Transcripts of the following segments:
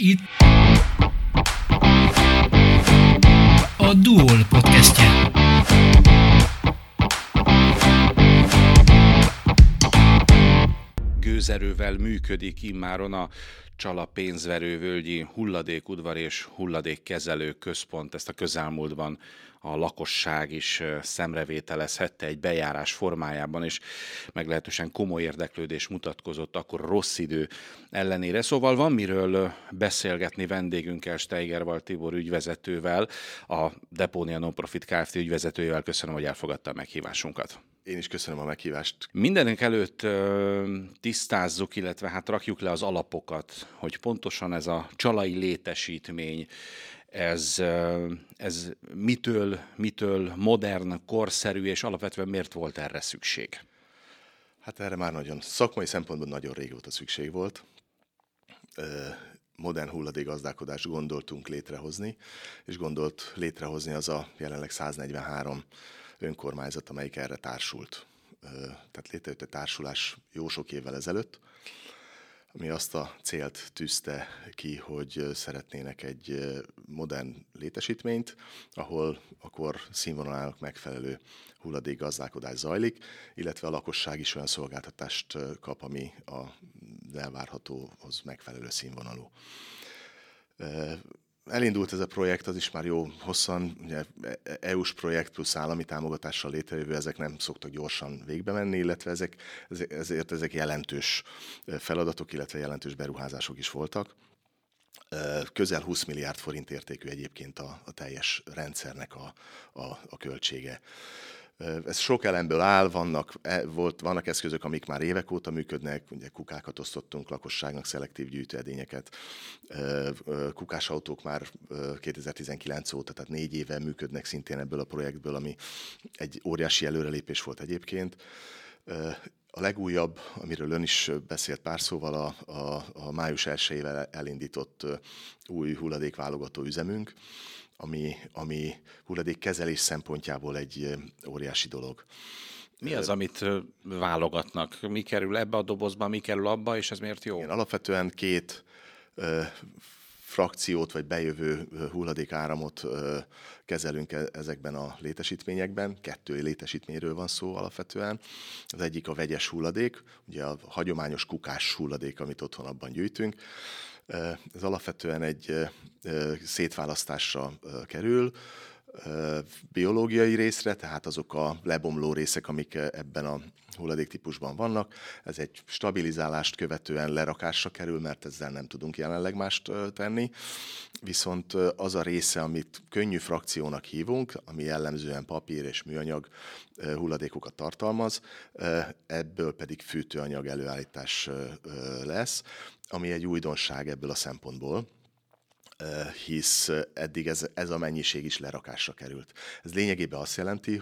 itt a Duol podcastje. Gőzerővel működik immáron a Csala pénzverővölgyi hulladékudvar és hulladékkezelő központ. Ezt a közelmúltban a lakosság is szemrevételezhette egy bejárás formájában, és meglehetősen komoly érdeklődés mutatkozott akkor rossz idő ellenére. Szóval van miről beszélgetni vendégünkkel, Steigerwald Tibor ügyvezetővel, a Depónia Nonprofit Kft. Ügyvezetőjével. Köszönöm, hogy elfogadta a meghívásunkat. Én is köszönöm a meghívást. Mindenek előtt tisztázzuk, illetve hát rakjuk le az alapokat, hogy pontosan ez a csalai létesítmény, ez mitől modern, korszerű, és alapvetően miért volt erre szükség? Hát erre már szakmai szempontból nagyon régóta szükség volt. Modern hulladékgazdálkodást gondoltunk létrehozni, és gondolt létrehozni az a jelenleg 143 önkormányzat, amelyik erre társult. Tehát létrejött egy társulás jó sok évvel ezelőtt, ami azt a célt tűzte ki, hogy szeretnének egy modern létesítményt, ahol akkor színvonalának megfelelő hulladékgazdálkodás zajlik, illetve a lakosság is olyan szolgáltatást kap, ami az elvárhatóhoz megfelelő színvonalú. Elindult ez a projekt, az is már jó hosszan, ugye EU-s projekt plusz állami támogatással létrejövő, ezek nem szoktak gyorsan végbe menni, illetve ezek jelentős feladatok, illetve jelentős beruházások is voltak. Közel 20 milliárd forint értékű egyébként a teljes rendszernek a költsége. Ez sok elemből áll, vannak eszközök, amik már évek óta működnek, ugye kukákat osztottunk lakosságnak, szelektív gyűjtőedényeket. Kukásautók már 2019 óta, tehát 4 éve működnek szintén ebből a projektből, ami egy óriási előrelépés volt egyébként. A legújabb, amiről ön is beszélt pár szóval, a május 1-ével elindított új hulladékválogató üzemünk, ami hulladékkezelés szempontjából egy óriási dolog. Mi az, amit válogatnak? Mi kerül ebbe a dobozba, mi kerül abba, és ez miért jó? Igen, alapvetően 2 frakciót, vagy bejövő hulladékáramot kezelünk ezekben a létesítményekben. 2 létesítményről van szó alapvetően. Az egyik a vegyes hulladék, ugye a hagyományos kukás hulladék, amit otthon abban gyűjtünk. Ez alapvetően egy szétválasztásra kerül, biológiai részre, tehát azok a lebomló részek, amik ebben a hulladéktípusban vannak. Ez egy stabilizálást követően lerakásra kerül, mert ezzel nem tudunk jelenleg mást tenni. Viszont az a része, amit könnyű frakciónak hívunk, ami jellemzően papír és műanyag hulladékokat tartalmaz, ebből pedig fűtőanyag előállítás lesz, ami egy újdonság ebből a szempontból, hisz eddig ez a mennyiség is lerakásra került. Ez lényegében azt jelenti,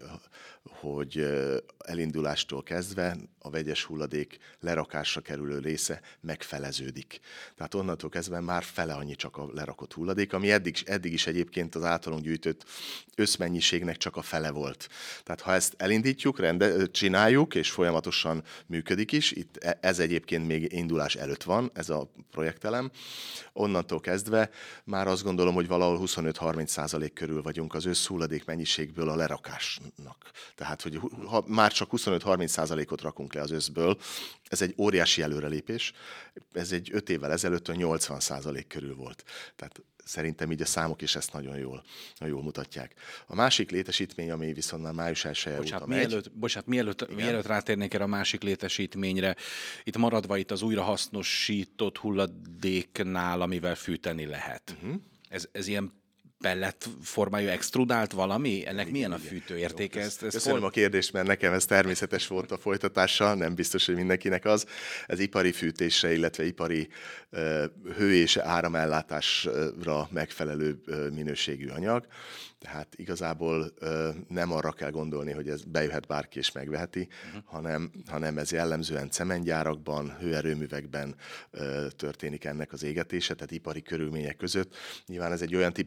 hogy elindulástól kezdve a vegyes hulladék lerakásra kerülő része megfeleződik. Tehát onnantól kezdve már fele annyi csak a lerakott hulladék, ami eddig is egyébként az általunk gyűjtött összmennyiségnek csak a fele volt. Tehát ha ezt elindítjuk, csináljuk, és folyamatosan működik is, itt ez egyébként még indulás előtt van, ez a projektelem, onnantól kezdve már azt gondolom, hogy valahol 25-30% körül vagyunk az összhulladék mennyiségből a lerakásnak. Tehát, hogy ha már csak 25-30%-ot rakunk le az összből, ez egy óriási előrelépés. Ez egy 5 évvel ezelőtt a 80% körül volt. Tehát szerintem így a számok is ezt nagyon jól mutatják. A másik létesítmény, ami viszont már május 1-e óta megy. Mielőtt rátérnék erre a másik létesítményre, itt maradva itt az újrahasznosított hulladéknál, amivel fűteni lehet. Ez ilyen pellet formájú extrudált valami? Ennek igen, milyen a fűtőértéke? Köszönöm a kérdést, mert nekem ez természetes volt a folytatása, nem biztos, hogy mindenkinek az. Ez ipari fűtésre, illetve ipari hő- és áramellátásra megfelelő minőségű anyag. Tehát igazából nem arra kell gondolni, hogy ez bejöhet bárki és megveheti, hanem ez jellemzően cementgyárakban, hőerőművekben történik ennek az égetése, tehát ipari körülmények között. Nyilván ez egy olyan típusú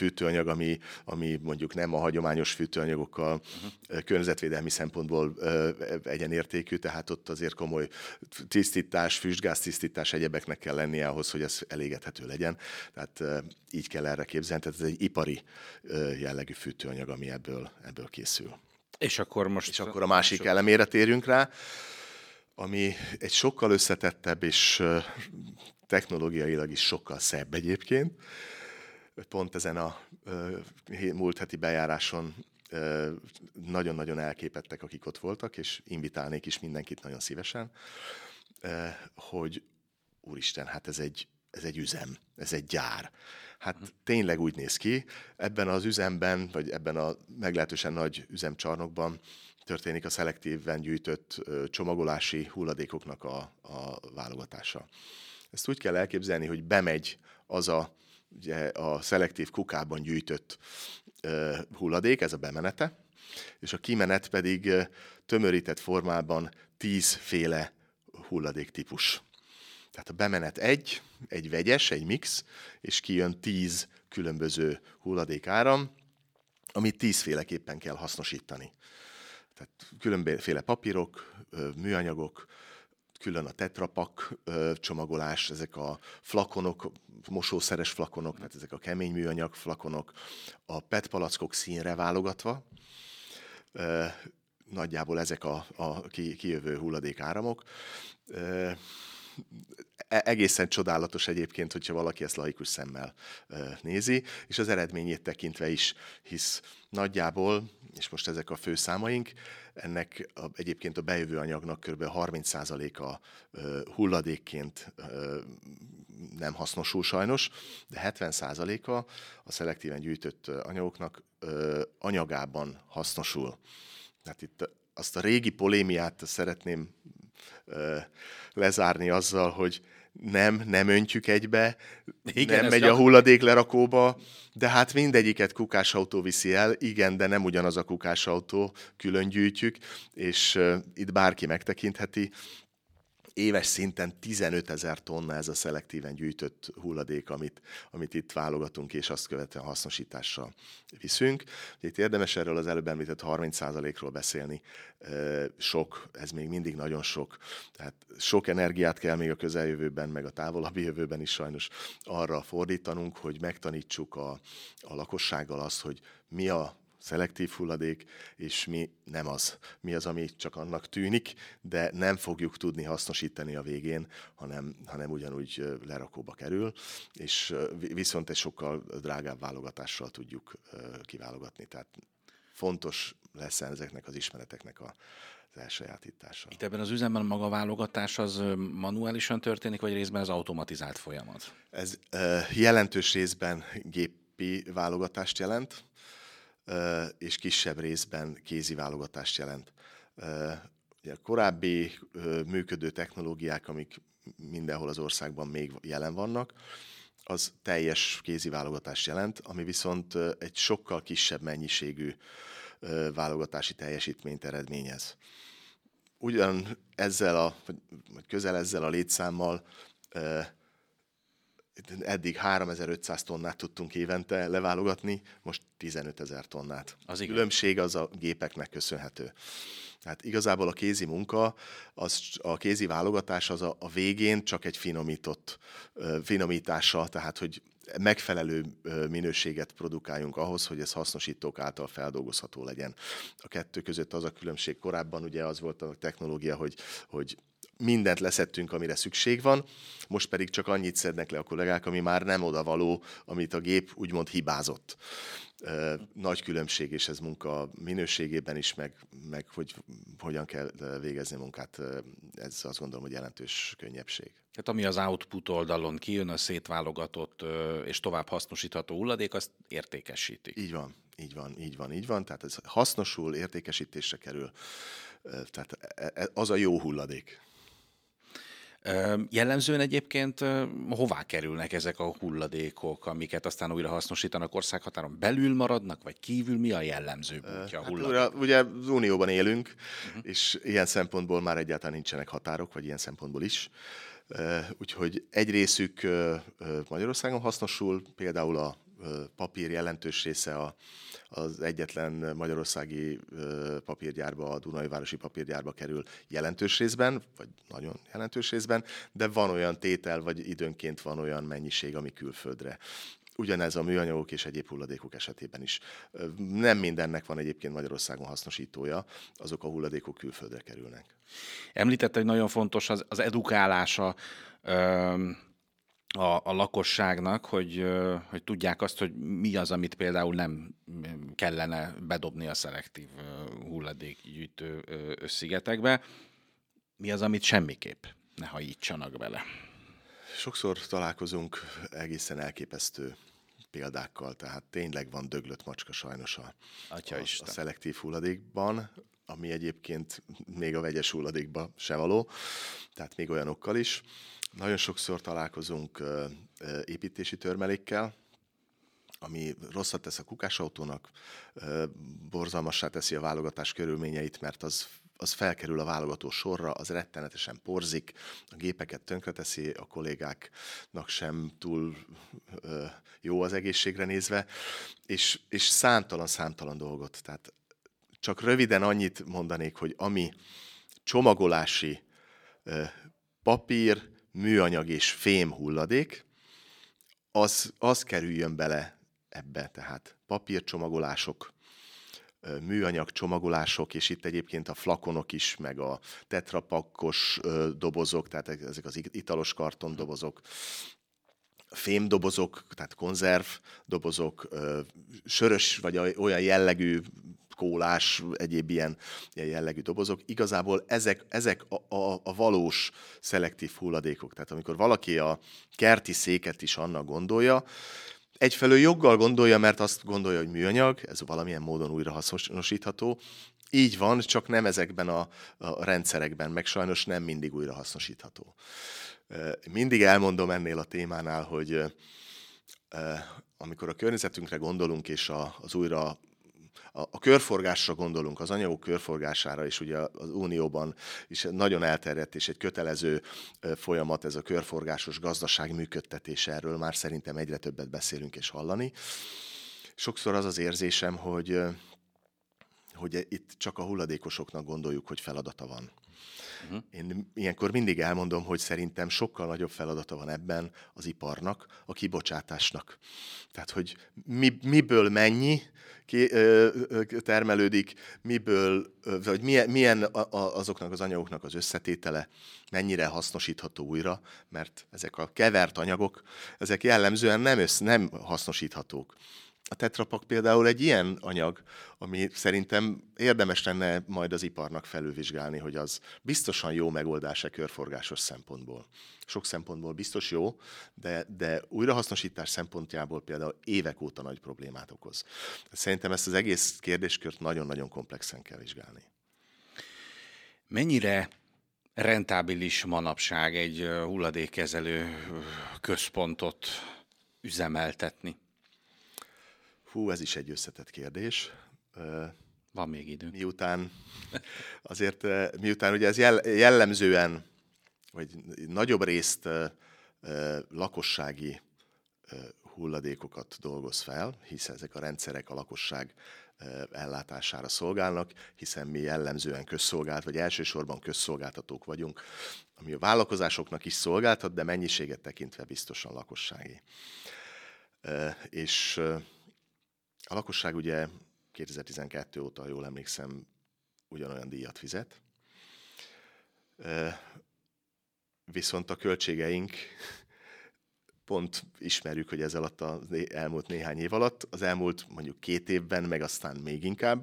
fűtőanyag, ami mondjuk nem a hagyományos fűtőanyagokkal környezetvédelmi szempontból egyenértékű, tehát ott azért komoly tisztítás, füstgáztisztítás, egyebeknek kell lennie ahhoz, hogy ez elégethető legyen. Tehát így kell erre képzelni, tehát ez egy ipari jellegű fűtőanyag, ami ebből készül. És akkor a másik elemére térjünk rá, ami egy sokkal összetettebb és technológiailag is sokkal szebb egyébként. Pont ezen a múlt heti bejáráson nagyon-nagyon elképettek, akik ott voltak, és invitálnék is mindenkit nagyon szívesen, hogy úristen, hát ez egy üzem, ez egy gyár. Hát tényleg úgy néz ki, ebben az üzemben, vagy ebben a meglehetősen nagy üzemcsarnokban történik a szelektíven gyűjtött csomagolási hulladékoknak a válogatása. Ezt úgy kell elképzelni, hogy bemegy az ugye a szelektív kukában gyűjtött hulladék, ez a bemenete, és a kimenet pedig tömörített formában 10 féle hulladéktípus. Tehát a bemenet egy vegyes, egy mix, és kijön 10 különböző hulladékáram, amit 10 féleképpen kell hasznosítani. Tehát különböző papírok, műanyagok, külön a tetrapak csomagolás, ezek a flakonok, mosószeres flakonok, tehát ezek a kemény műanyag flakonok, a PET palackok színre válogatva, nagyjából ezek a kijövő hulladékáramok. Egészen csodálatos egyébként, hogyha valaki ezt laikus szemmel nézi, és az eredményét tekintve is, hisz nagyjából, és most ezek a fő számaink, ennek egyébként a bejövő anyagnak kb. 30%-a hulladékként nem hasznosul sajnos, de 70%-a a szelektíven gyűjtött anyagoknak anyagában hasznosul. Tehát itt azt a régi polémiát szeretném lezárni azzal, hogy nem öntjük egybe, igen, nem megy a hulladék lerakóba, de hát mindegyiket kukásautó viszi el, igen, de nem ugyanaz a kukásautó, külön gyűjtjük, és itt bárki megtekintheti. Éves szinten 15 000 tonna ez a szelektíven gyűjtött hulladék, amit itt válogatunk, és azt követően hasznosításra viszünk. Itt érdemes erről az előbb említett 30%-ról beszélni. Sok, ez még mindig nagyon sok. Tehát sok energiát kell még a közeljövőben, meg a távolabbi jövőben is sajnos arra fordítanunk, hogy megtanítsuk a lakossággal azt, hogy mi a szelektív hulladék, és mi nem az. Mi az, ami csak annak tűnik, de nem fogjuk tudni hasznosítani a végén, hanem ugyanúgy lerakóba kerül, és viszont egy sokkal drágább válogatással tudjuk kiválogatni. Tehát fontos lesz ezeknek az ismereteknek az elsajátítása. Itt ebben az üzemben maga a válogatás az manuálisan történik, vagy részben az automatizált folyamat? Ez jelentős részben gépi válogatást jelent, és kisebb részben kézi válogatást jelent. A korábbi működő technológiák, amik mindenhol az országban még jelen vannak, az teljes kézi válogatást jelent, ami viszont egy sokkal kisebb mennyiségű válogatási teljesítményt eredményez. Ugyan vagy közel ezzel a létszámmal eddig 3500 tonnát tudtunk évente leválogatni, most 15 000 tonnát. Az különbség az a gépeknek köszönhető. Tehát igazából a kézi munka, a kézi válogatás az a végén csak egy finomítása, tehát hogy megfelelő minőséget produkáljunk ahhoz, hogy ez hasznosítók által feldolgozható legyen. A kettő között az a különbség. Korábban ugye az volt a technológia, hogy mindent leszettünk, amire szükség van, most pedig csak annyit szednek le a kollégák, ami már nem odavaló, amit a gép úgymond hibázott. Nagy különbség, és ez munka minőségében is, meg hogy hogyan kell végezni a munkát, ez azt gondolom, hogy jelentős könnyebbség. Tehát ami az output oldalon kijön, a szétválogatott és tovább hasznosítható hulladék, azt értékesítik. Így van. Tehát ez hasznosul, értékesítésre kerül. Tehát az a jó hulladék. Jellemzően egyébként hová kerülnek ezek a hulladékok, amiket aztán újra hasznosítanak, országhatáron belül maradnak, vagy kívül? Mi a jellemző útja a hulladék? Ugye az Unióban élünk, és ilyen szempontból már egyáltalán nincsenek határok, vagy ilyen szempontból is. Úgyhogy egy részük Magyarországon hasznosul, például a papír jelentős része az egyetlen magyarországi papírgyárba, a Dunajvárosi papírgyárba kerül jelentős részben, vagy nagyon jelentős részben, de van olyan tétel, vagy időnként van olyan mennyiség, ami külföldre. Ugyanez a műanyagok és egyéb hulladékok esetében is. Nem mindennek van egyébként Magyarországon hasznosítója, azok a hulladékok külföldre kerülnek. Említette, hogy nagyon fontos az edukálása a lakosságnak, hogy tudják azt, hogy mi az, amit például nem kellene bedobni a szelektív hulladékgyűjtő szigetekbe. Mi az, amit semmiképp ne hajítsanak bele. Sokszor találkozunk egészen elképesztő példákkal, tehát tényleg van döglött macska sajnos a szelektív hulladékban, ami egyébként még a vegyes hulladékban se való, tehát még olyanokkal is. Nagyon sokszor találkozunk építési törmelékkel, ami rosszat tesz a kukásautónak, borzalmassá teszi a válogatás körülményeit, mert az felkerül a válogató sorra, az rettenetesen porzik, a gépeket tönkreteszi, a kollégáknak sem túl jó az egészségre nézve, és számtalan dolgot. Tehát csak röviden annyit mondanék, hogy ami csomagolási papír, műanyag és fém hulladék, az kerüljön bele ebbe, tehát papírcsomagolások, műanyag csomagolások, és itt egyébként a flakonok is, meg a tetrapakkos dobozok, tehát ezek az italos kartondobozok, fémdobozok, tehát konzervdobozok, sörös vagy olyan jellegű kólás, egyéb ilyen jellegű dobozok. Igazából ezek a valós szelektív hulladékok. Tehát amikor valaki a kerti széket is annak gondolja, egyfelől joggal gondolja, mert azt gondolja, hogy műanyag, ez valamilyen módon újrahasznosítható. Így van, csak nem ezekben a rendszerekben, meg sajnos nem mindig újrahasznosítható. Mindig elmondom ennél a témánál, hogy amikor a környezetünkre gondolunk, és a körforgásra gondolunk, az anyagok körforgására, és ugye az Unióban is nagyon elterjedt és egy kötelező folyamat ez a körforgásos gazdaság működtetése, erről már szerintem egyre többet beszélünk és hallani. Sokszor az az érzésem, hogy itt csak a hulladékosoknak gondoljuk, hogy feladata van. Én ilyenkor mindig elmondom, hogy szerintem sokkal nagyobb feladata van ebben az iparnak, a kibocsátásnak. Tehát, hogy miből mennyi termelődik, vagy milyen azoknak az anyagoknak az összetétele, mennyire hasznosítható újra, mert ezek a kevert anyagok, ezek jellemzően nem hasznosíthatók. A tetrapak például egy ilyen anyag, ami szerintem érdemes lenne majd az iparnak felülvizsgálni, hogy az biztosan jó megoldás-e körforgásos szempontból. Sok szempontból biztos jó, de újrahasznosítás szempontjából például évek óta nagy problémát okoz. Szerintem ezt az egész kérdéskört nagyon-nagyon komplexen kell vizsgálni. Mennyire rentábilis manapság egy hulladékkezelő központot üzemeltetni? Ez is egy összetett kérdés. Van még idő. Miután ugye ez jellemzően, vagy nagyobb részt lakossági hulladékokat dolgoz fel, hiszen ezek a rendszerek a lakosság ellátására szolgálnak, hiszen mi jellemzően vagy elsősorban közszolgáltatók vagyunk, ami a vállalkozásoknak is szolgáltat, de mennyiséget tekintve biztosan lakossági. És a lakosság ugye 2012 óta, jól emlékszem, ugyanolyan díjat fizet. Viszont a költségeink, pont ismerjük, hogy ez alatt az elmúlt néhány év alatt, az elmúlt mondjuk 2 évben, meg aztán még inkább,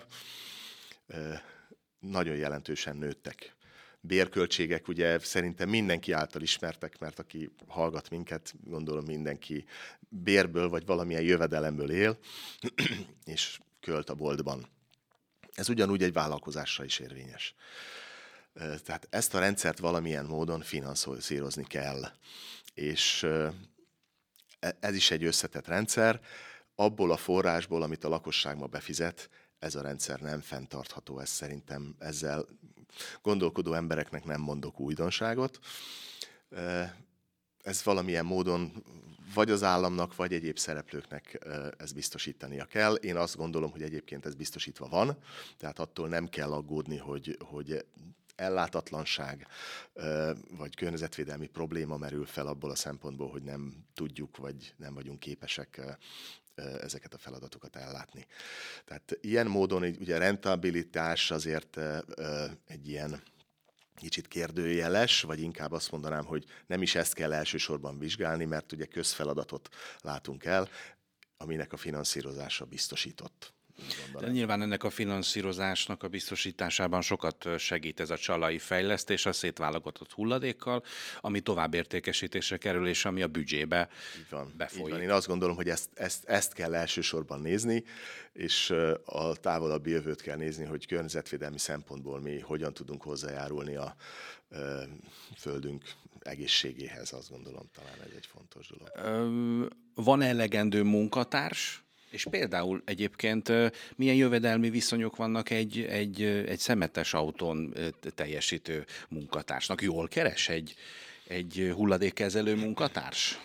nagyon jelentősen nőttek. Bérköltségek ugye szerintem mindenki által ismertek, mert aki hallgat minket, gondolom mindenki bérből vagy valamilyen jövedelemből él, és költ a boltban. Ez ugyanúgy egy vállalkozásra is érvényes. Tehát ezt a rendszert valamilyen módon finanszírozni kell. És ez is egy összetett rendszer. Abból a forrásból, amit a lakosság ma befizet, ez a rendszer nem fenntartható. Ez szerintem ezzel gondolkodó embereknek nem mondok újdonságot. ez valamilyen módon vagy az államnak, vagy egyéb szereplőknek ezt biztosítania kell. Én azt gondolom, hogy egyébként ez biztosítva van, tehát attól nem kell aggódni, hogy ellátatlanság vagy környezetvédelmi probléma merül fel abból a szempontból, hogy nem tudjuk, vagy nem vagyunk képesek ezeket a feladatokat ellátni. Tehát ilyen módon ugye a rentabilitás azért egy ilyen kicsit kérdőjeles, vagy inkább azt mondanám, hogy nem is ezt kell elsősorban vizsgálni, mert ugye közfeladatot látunk el, aminek a finanszírozása biztosított. De nyilván ennek a finanszírozásnak a biztosításában sokat segít ez a csalai fejlesztés a szétválogatott hulladékkal, ami tovább értékesítésre kerül, és ami a büdzsébe befolyik. Így van. Én azt gondolom, hogy ezt kell elsősorban nézni, és a távolabbi jövőt kell nézni, hogy környezetvédelmi szempontból mi hogyan tudunk hozzájárulni a földünk egészségéhez, azt gondolom, talán ez egy fontos dolog. Van elegendő munkatárs? És például egyébként milyen jövedelmi viszonyok vannak egy szemetes autón teljesítő munkatársnak? Jól keres egy hulladékkezelő munkatárs?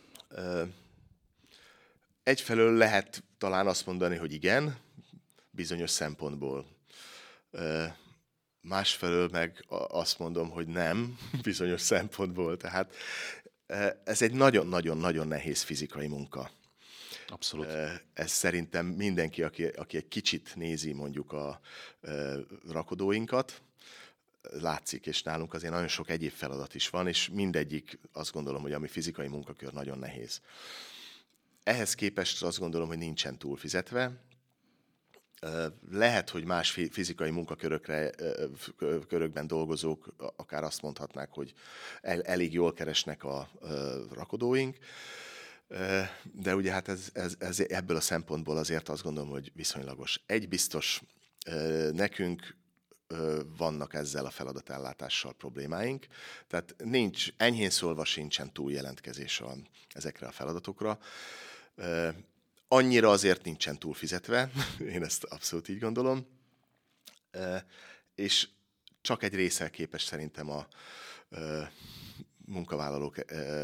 Egyfelől lehet talán azt mondani, hogy igen, bizonyos szempontból. Másfelől meg azt mondom, hogy nem, bizonyos szempontból. Tehát ez egy nagyon-nagyon-nagyon nehéz fizikai munka. Abszolút. Ez szerintem mindenki, aki egy kicsit nézi mondjuk a rakodóinkat, látszik, és nálunk azért nagyon sok egyéb feladat is van, és mindegyik azt gondolom, hogy ami fizikai munkakör nagyon nehéz. Ehhez képest azt gondolom, hogy nincsen túlfizetve. Lehet, hogy más fizikai munkakörökben dolgozók akár azt mondhatnák, hogy elég jól keresnek a rakodóink, de ugye hát ez ebből a szempontból azért azt gondolom, hogy viszonylagos. Egy biztos, nekünk vannak ezzel a feladatellátással problémáink, tehát enyhén szólva sincsen túljelentkezés ezekre a feladatokra. Annyira azért nincsen túlfizetve, én ezt abszolút így gondolom, és csak egy résszel képes szerintem a munkavállalók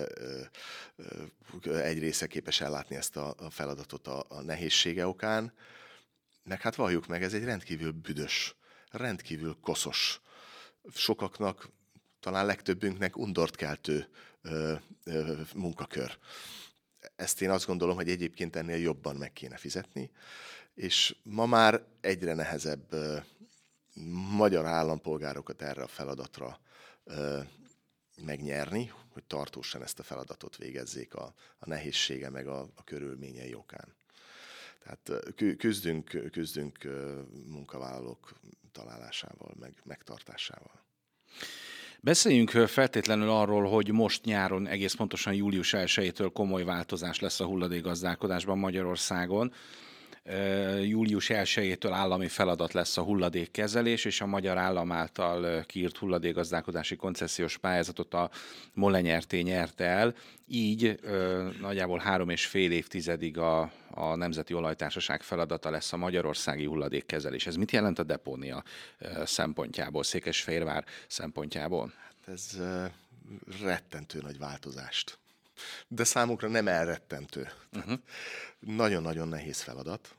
egy része képes ellátni ezt a feladatot a nehézsége okán, meg hát valljuk meg, ez egy rendkívül büdös, rendkívül koszos, sokaknak, talán legtöbbünknek undort keltő munkakör. Ezt én azt gondolom, hogy egyébként ennél jobban meg kéne fizetni, és ma már egyre nehezebb magyar állampolgárokat erre a feladatra megnyerni, hogy tartósan ezt a feladatot végezzék a nehézsége meg a körülményei okán. Tehát küzdünk munkavállalók találásával, meg megtartásával. Beszéljünk feltétlenül arról, hogy most nyáron, egész pontosan július 1-től komoly változás lesz a hulladékgazdálkodásban Magyarországon. Július 1-től állami feladat lesz a hulladékkezelés, és a magyar állam által kiírt hulladékgazdálkodási koncesziós pályázatot a MOLE Nyrt. Nyerte el. Így nagyjából 3,5 évtizedig a Nemzeti Olajtársaság feladata lesz a magyarországi hulladékkezelés. Ez mit jelent a depónia szempontjából, Székesfehérvár szempontjából? Hát ez rettentő nagy változást. De számunkra nem elrettentő. Nagyon-nagyon nehéz feladat.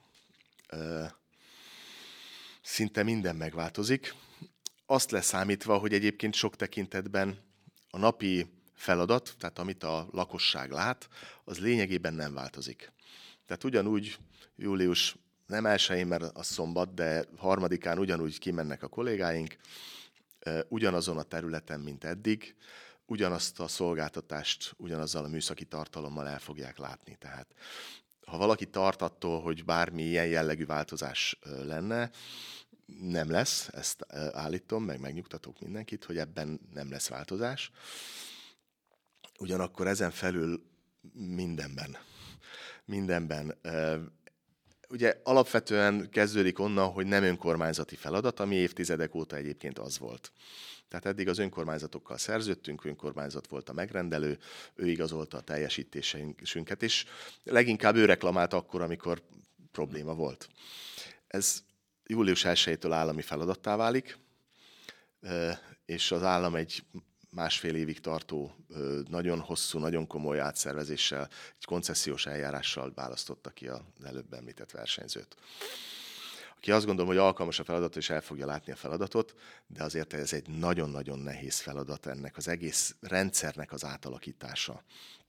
Szinte minden megváltozik. Azt leszámítva, hogy egyébként sok tekintetben a napi feladat, tehát amit a lakosság lát, az lényegében nem változik. Tehát ugyanúgy július nem 1-én, mert az szombat, de 3-án ugyanúgy kimennek a kollégáink, ugyanazon a területen, mint eddig, ugyanazt a szolgáltatást, ugyanazzal a műszaki tartalommal el fogják látni. Tehát ha valaki tart attól, hogy bármi ilyen jellegű változás lenne, nem lesz, ezt állítom, meg megnyugtatok mindenkit, hogy ebben nem lesz változás. Ugyanakkor ezen felül mindenben. Ugye alapvetően kezdődik onnan, hogy nem önkormányzati feladat, ami évtizedek óta egyébként az volt. Tehát eddig az önkormányzatokkal szerződtünk, önkormányzat volt a megrendelő, ő igazolta a teljesítésünket, és leginkább ő reklamált akkor, amikor probléma volt. Ez július 1-től állami feladattá válik, és az állam egy másfél évig tartó, nagyon hosszú, nagyon komoly átszervezéssel, egy koncesziós eljárással választotta ki az előbb említett versenyzőt. Aki azt gondolom, hogy alkalmas a feladat, és el fogja látni a feladatot, de azért ez egy nagyon-nagyon nehéz feladat, ennek az egész rendszernek az átalakítása.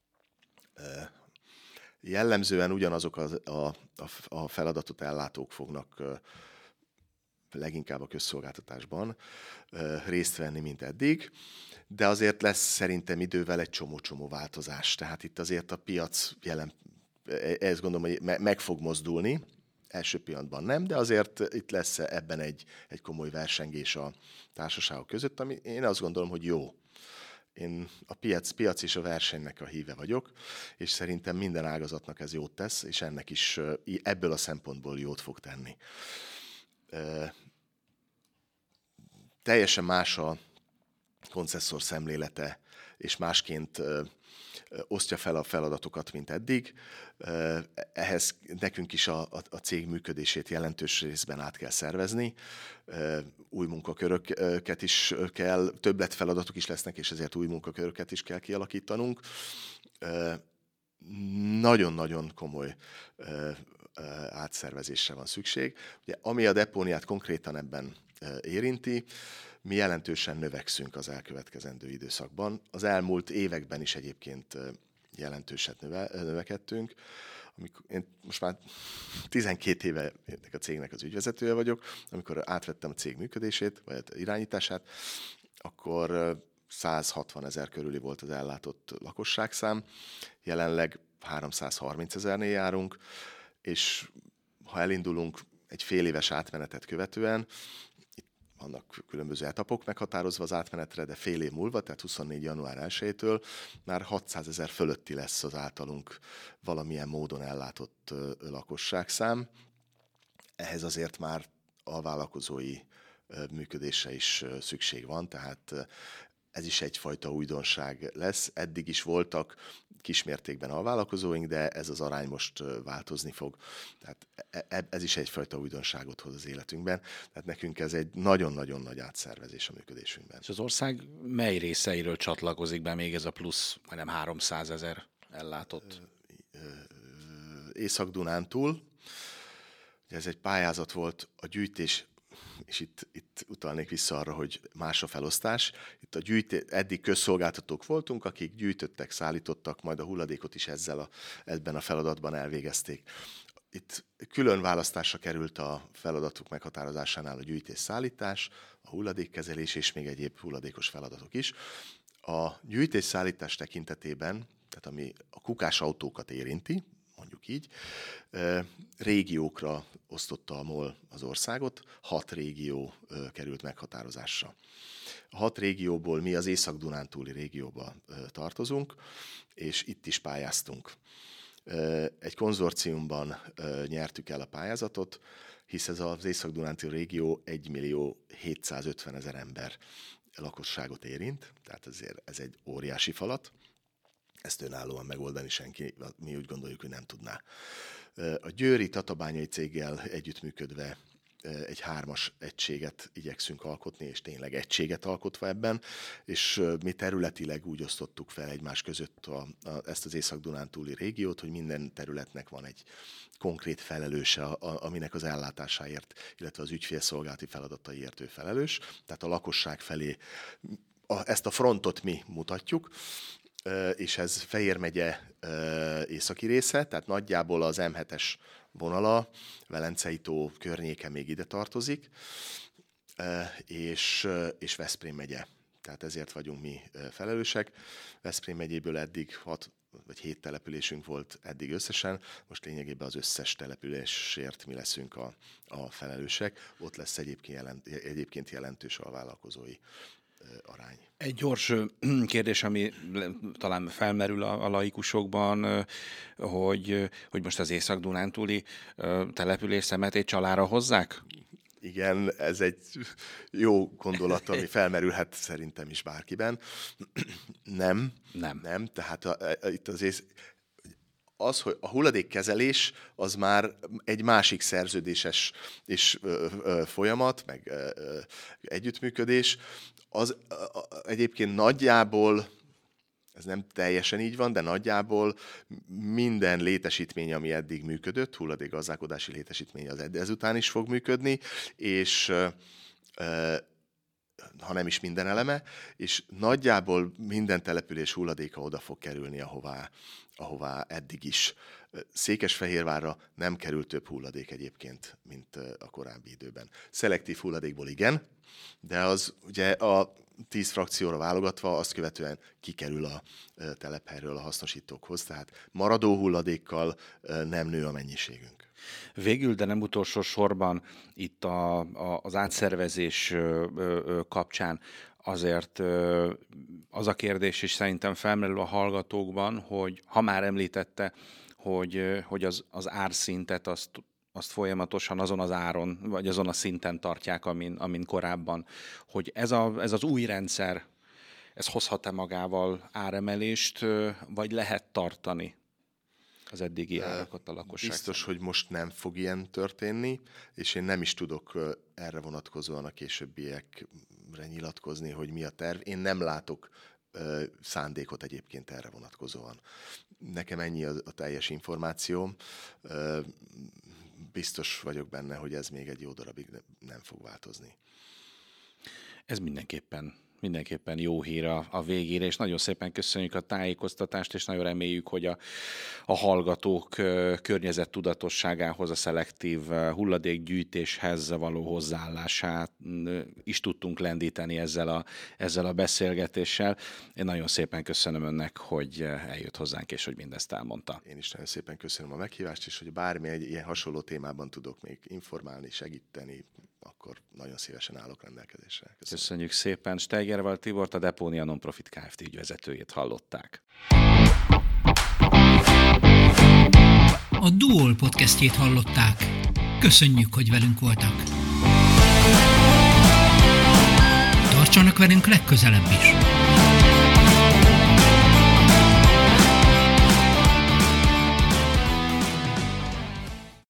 Jellemzően ugyanazok a feladatot ellátók fognak leginkább a közszolgáltatásban részt venni, mint eddig, de azért lesz szerintem idővel egy csomó-csomó változás. Tehát itt azért a piac ezt gondolom, hogy meg fog mozdulni, első pillanatban nem, de azért itt lesz ebben egy komoly versengés a társaságok között, ami én azt gondolom, hogy jó. Én a piac és a versenynek a híve vagyok, és szerintem minden ágazatnak ez jót tesz, és ennek is ebből a szempontból jót fog tenni. Teljesen más a koncesszor szemlélete, és másként osztja fel a feladatokat, mint eddig. Ehhez nekünk is a cég működését jelentős részben át kell szervezni. Új munkaköröket is kell, többletfeladatok is lesznek, és ezért új munkaköröket is kell kialakítanunk. Nagyon-nagyon komoly átszervezésre van szükség. Ugye, ami a depóniát konkrétan ebben érinti, mi jelentősen növekszünk az elkövetkezendő időszakban. Az elmúlt években is egyébként jelentőset növekedtünk. Én most már 12 éve ennek a cégnek az ügyvezetője vagyok. Amikor átvettem a cég működését, vagy irányítását, akkor 160 000 körüli volt az ellátott lakosságszám. Jelenleg 330 000-nél járunk, és ha elindulunk egy fél éves átmenetet követően, vannak különböző etapok meghatározva az átmenetre, de fél év múlva, tehát 24. január 1-től már 600 000 fölötti lesz az általunk valamilyen módon ellátott lakosságszám. Ehhez azért már a vállalkozói működésre is szükség van, tehát ez is egyfajta újdonság lesz. Eddig is voltak kismértékben alvállalkozóink, de ez az arány most változni fog. Tehát ez is egyfajta újdonságot hoz az életünkben. Tehát nekünk ez egy nagyon-nagyon nagy átszervezés a működésünkben. És az ország mely részeiről csatlakozik be még ez a plusz, majdnem 300 000 ellátott? Észak-Dunántúl. Ez egy pályázat volt, a gyűjtés, és itt utalnék vissza arra, hogy más a felosztás. Itt eddig közszolgáltatók voltunk, akik gyűjtöttek, szállítottak, majd a hulladékot is ebben a feladatban elvégezték. Itt külön választásra került a feladatok meghatározásánál a gyűjtés-szállítás, a hulladékkezelés és még egyéb hulladékos feladatok is. A gyűjtés-szállítás tekintetében, tehát ami a kukásautókat érinti, mondjuk így, régiókra osztotta a MOL az országot, 6 régió került meghatározásra. A 6 régióból mi az Észak-Dunántúli régióba tartozunk, és itt is pályáztunk. Egy konzorciumban nyertük el a pályázatot, hisz ez az Észak-Dunántúli régió 1.750.000 ember lakosságot érint, tehát ezért ez egy óriási falat. Ezt önállóan megoldani senki, mi úgy gondoljuk, hogy nem tudná. A győri tatabányai céggel együttműködve egy 3-as egységet igyekszünk alkotni, és tényleg egységet alkotva ebben, és mi területileg úgy osztottuk fel egymás között ezt az Észak-Dunántúli régiót, hogy minden területnek van egy konkrét felelőse, aminek az ellátásáért, illetve az ügyfélszolgálati feladataiért ő felelős. Tehát a lakosság felé ezt a frontot mi mutatjuk, és ez Fejér megye északi része, tehát nagyjából az M7-es vonala, Velencei tó környéke még ide tartozik, és Veszprém megye. Tehát ezért vagyunk mi felelősek. Veszprém megyéből eddig 6 vagy 7 településünk volt eddig összesen, most lényegében az összes településért mi leszünk a felelősek. Ott lesz egyébként jelentős a vállalkozói arány. Egy gyors kérdés, ami talán felmerül a laikusokban, hogy most az Észak-Dunántúli település Szemetét Csalára hozzák? Igen, ez egy jó gondolat, ami felmerülhet szerintem is bárkiben. Nem. Tehát itt az, hogy a hulladékkezelés az már egy másik szerződéses és folyamat, meg együttműködés. Az egyébként nagyjából, ez nem teljesen így van, de nagyjából minden létesítmény, ami eddig működött, hulladékgazdálkodási létesítmény az ezután is fog működni, és ha nem is minden eleme, és nagyjából minden település hulladéka oda fog kerülni, ahová eddig is. Székesfehérvárra nem kerül több hulladék egyébként, mint a korábbi időben. Szelektív hulladékból igen, de az ugye a 10 frakcióra válogatva azt követően kikerül a telephelyről a hasznosítókhoz, tehát maradó hulladékkal nem nő a mennyiségünk. Végül, de nem utolsó sorban itt az átszervezés kapcsán azért az a kérdés is szerintem felmerül a hallgatókban, hogy ha már említette, hogy az árszintet azt folyamatosan azon az áron, vagy azon a szinten tartják, amin korábban, hogy ez az új rendszer, ez hozhat-e magával áremelést, vagy lehet tartani az eddigi árakat a lakosság? Biztos, hogy most nem fog ilyen történni, és én nem is tudok erre vonatkozóan a későbbiekre nyilatkozni, hogy mi a terv. Én nem látok szándékot egyébként erre vonatkozóan. Nekem ennyi a teljes információm. Biztos vagyok benne, hogy ez még egy jó darabig nem fog változni. Ez mindenképpen jó hír a végére, és nagyon szépen köszönjük a tájékoztatást, és nagyon reméljük, hogy a hallgatók környezettudatosságához, a szelektív hulladékgyűjtéshez való hozzáállását is tudtunk lendíteni ezzel a beszélgetéssel. Én nagyon szépen köszönöm önnek, hogy eljött hozzánk, és hogy mindezt elmondta. Én is nagyon szépen köszönöm a meghívást, és hogy bármi egy ilyen hasonló témában tudok még informálni, segíteni, akkor nagyon szívesen állok rendelkezésre. Köszönjük szépen. Steigerwald Tibort, a Depónia Nonprofit Kft. Ügyvezetőjét hallották. A Duol podcastjét hallották. Köszönjük, hogy velünk voltak. Tartsanak velünk legközelebb is!